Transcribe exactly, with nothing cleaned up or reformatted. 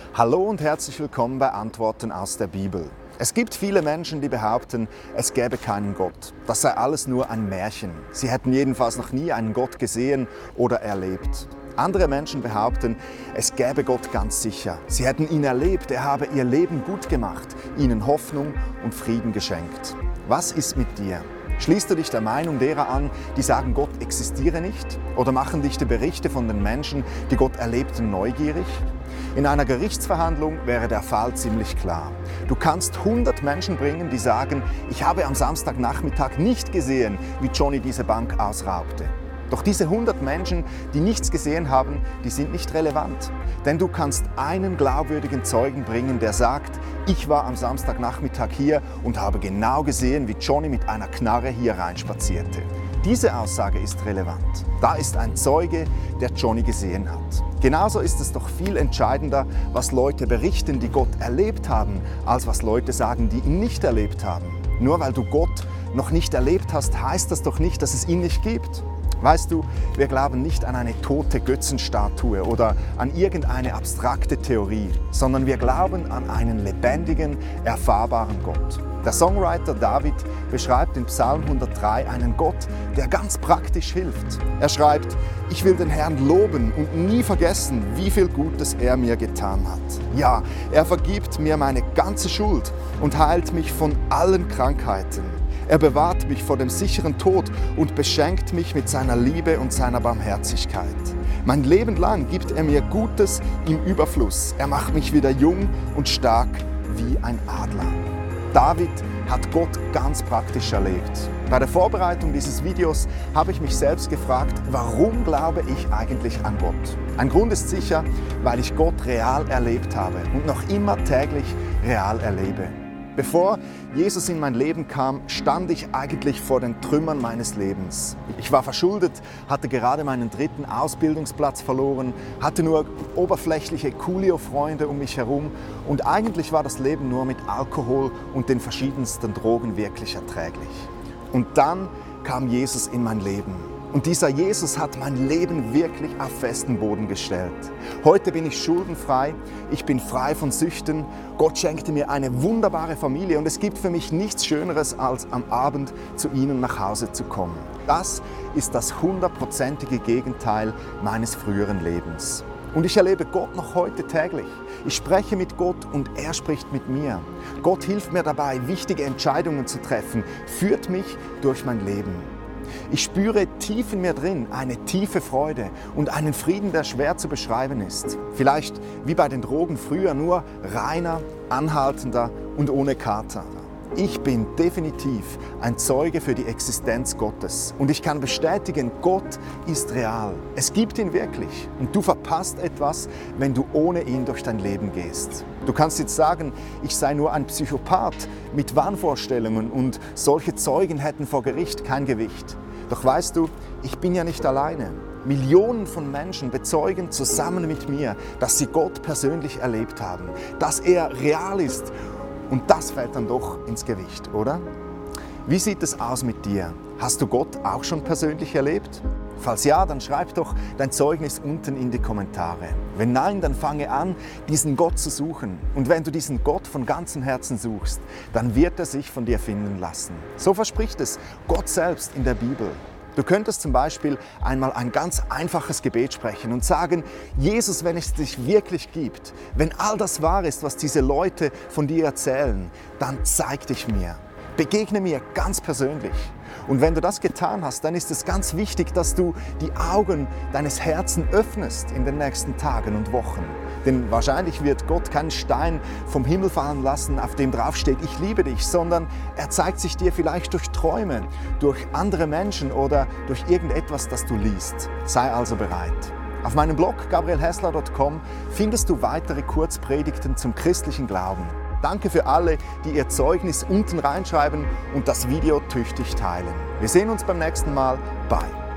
Hallo und herzlich willkommen bei Antworten aus der Bibel. Es gibt viele Menschen, die behaupten, es gäbe keinen Gott. Das sei alles nur ein Märchen. Sie hätten jedenfalls noch nie einen Gott gesehen oder erlebt. Andere Menschen behaupten, es gäbe Gott ganz sicher. Sie hätten ihn erlebt, er habe ihr Leben gut gemacht, ihnen Hoffnung und Frieden geschenkt. Was ist mit dir? Schließt du dich der Meinung derer an, die sagen, Gott existiere nicht? Oder machen dich die Berichte von den Menschen, die Gott erlebten, neugierig? In einer Gerichtsverhandlung wäre der Fall ziemlich klar. Du kannst hundert Menschen bringen, die sagen, ich habe am Samstagnachmittag nicht gesehen, wie Johnny diese Bank ausraubte. Doch diese hundert Menschen, die nichts gesehen haben, die sind nicht relevant. Denn du kannst einen glaubwürdigen Zeugen bringen, der sagt, ich war am Samstagnachmittag hier und habe genau gesehen, wie Johnny mit einer Knarre hier reinspazierte. Diese Aussage ist relevant. Da ist ein Zeuge, der Johnny gesehen hat. Genauso ist es doch viel entscheidender, was Leute berichten, die Gott erlebt haben, als was Leute sagen, die ihn nicht erlebt haben. Nur weil du Gott noch nicht erlebt hast, heißt das doch nicht, dass es ihn nicht gibt. Weißt du, wir glauben nicht an eine tote Götzenstatue oder an irgendeine abstrakte Theorie, sondern wir glauben an einen lebendigen, erfahrbaren Gott. Der Songwriter David beschreibt in Psalm hundertdrei einen Gott, der ganz praktisch hilft. Er schreibt, ich will den Herrn loben und nie vergessen, wie viel Gutes er mir getan hat. Ja, er vergibt mir meine ganze Schuld und heilt mich von allen Krankheiten. Er bewahrt mich vor dem sicheren Tod und beschenkt mich mit seiner Liebe und seiner Barmherzigkeit. Mein Leben lang gibt er mir Gutes im Überfluss. Er macht mich wieder jung und stark wie ein Adler. David hat Gott ganz praktisch erlebt. Bei der Vorbereitung dieses Videos habe ich mich selbst gefragt, warum glaube ich eigentlich an Gott? Ein Grund ist sicher, weil ich Gott real erlebt habe und noch immer täglich real erlebe. Bevor Jesus in mein Leben kam, stand ich eigentlich vor den Trümmern meines Lebens. Ich war verschuldet, hatte gerade meinen dritten Ausbildungsplatz verloren, hatte nur oberflächliche Coolio-Freunde um mich herum und eigentlich war das Leben nur mit Alkohol und den verschiedensten Drogen wirklich erträglich. Und dann kam Jesus in mein Leben. Und dieser Jesus hat mein Leben wirklich auf festen Boden gestellt. Heute bin ich schuldenfrei, ich bin frei von Süchten, Gott schenkte mir eine wunderbare Familie und es gibt für mich nichts Schöneres, als am Abend zu Ihnen nach Hause zu kommen. Das ist das hundertprozentige Gegenteil meines früheren Lebens. Und ich erlebe Gott noch heute täglich. Ich spreche mit Gott und er spricht mit mir. Gott hilft mir dabei, wichtige Entscheidungen zu treffen, führt mich durch mein Leben. Ich spüre tief in mir drin eine tiefe Freude und einen Frieden, der schwer zu beschreiben ist. Vielleicht wie bei den Drogen früher, nur reiner, anhaltender und ohne Kater. Ich bin definitiv ein Zeuge für die Existenz Gottes. Und ich kann bestätigen, Gott ist real. Es gibt ihn wirklich. Und du verpasst etwas, wenn du ohne ihn durch dein Leben gehst. Du kannst jetzt sagen, ich sei nur ein Psychopath mit Wahnvorstellungen und solche Zeugen hätten vor Gericht kein Gewicht. Doch weißt du, ich bin ja nicht alleine. Millionen von Menschen bezeugen zusammen mit mir, dass sie Gott persönlich erlebt haben, dass er real ist. Und das fällt dann doch ins Gewicht, oder? Wie sieht es aus mit dir? Hast du Gott auch schon persönlich erlebt? Falls ja, dann schreib doch dein Zeugnis unten in die Kommentare. Wenn nein, dann fange an, diesen Gott zu suchen. Und wenn du diesen Gott von ganzem Herzen suchst, dann wird er sich von dir finden lassen. So verspricht es Gott selbst in der Bibel. Du könntest zum Beispiel einmal ein ganz einfaches Gebet sprechen und sagen, Jesus, wenn es dich wirklich gibt, wenn all das wahr ist, was diese Leute von dir erzählen, dann zeig dich mir. Begegne mir ganz persönlich. Und wenn du das getan hast, dann ist es ganz wichtig, dass du die Augen deines Herzens öffnest in den nächsten Tagen und Wochen. Denn wahrscheinlich wird Gott keinen Stein vom Himmel fallen lassen, auf dem drauf steht, ich liebe dich, sondern er zeigt sich dir vielleicht durch Träume, durch andere Menschen oder durch irgendetwas, das du liest. Sei also bereit. Auf meinem Blog gabriel hessler punkt com findest du weitere Kurzpredigten zum christlichen Glauben. Danke für alle, die ihr Zeugnis unten reinschreiben und das Video tüchtig teilen. Wir sehen uns beim nächsten Mal. Bye.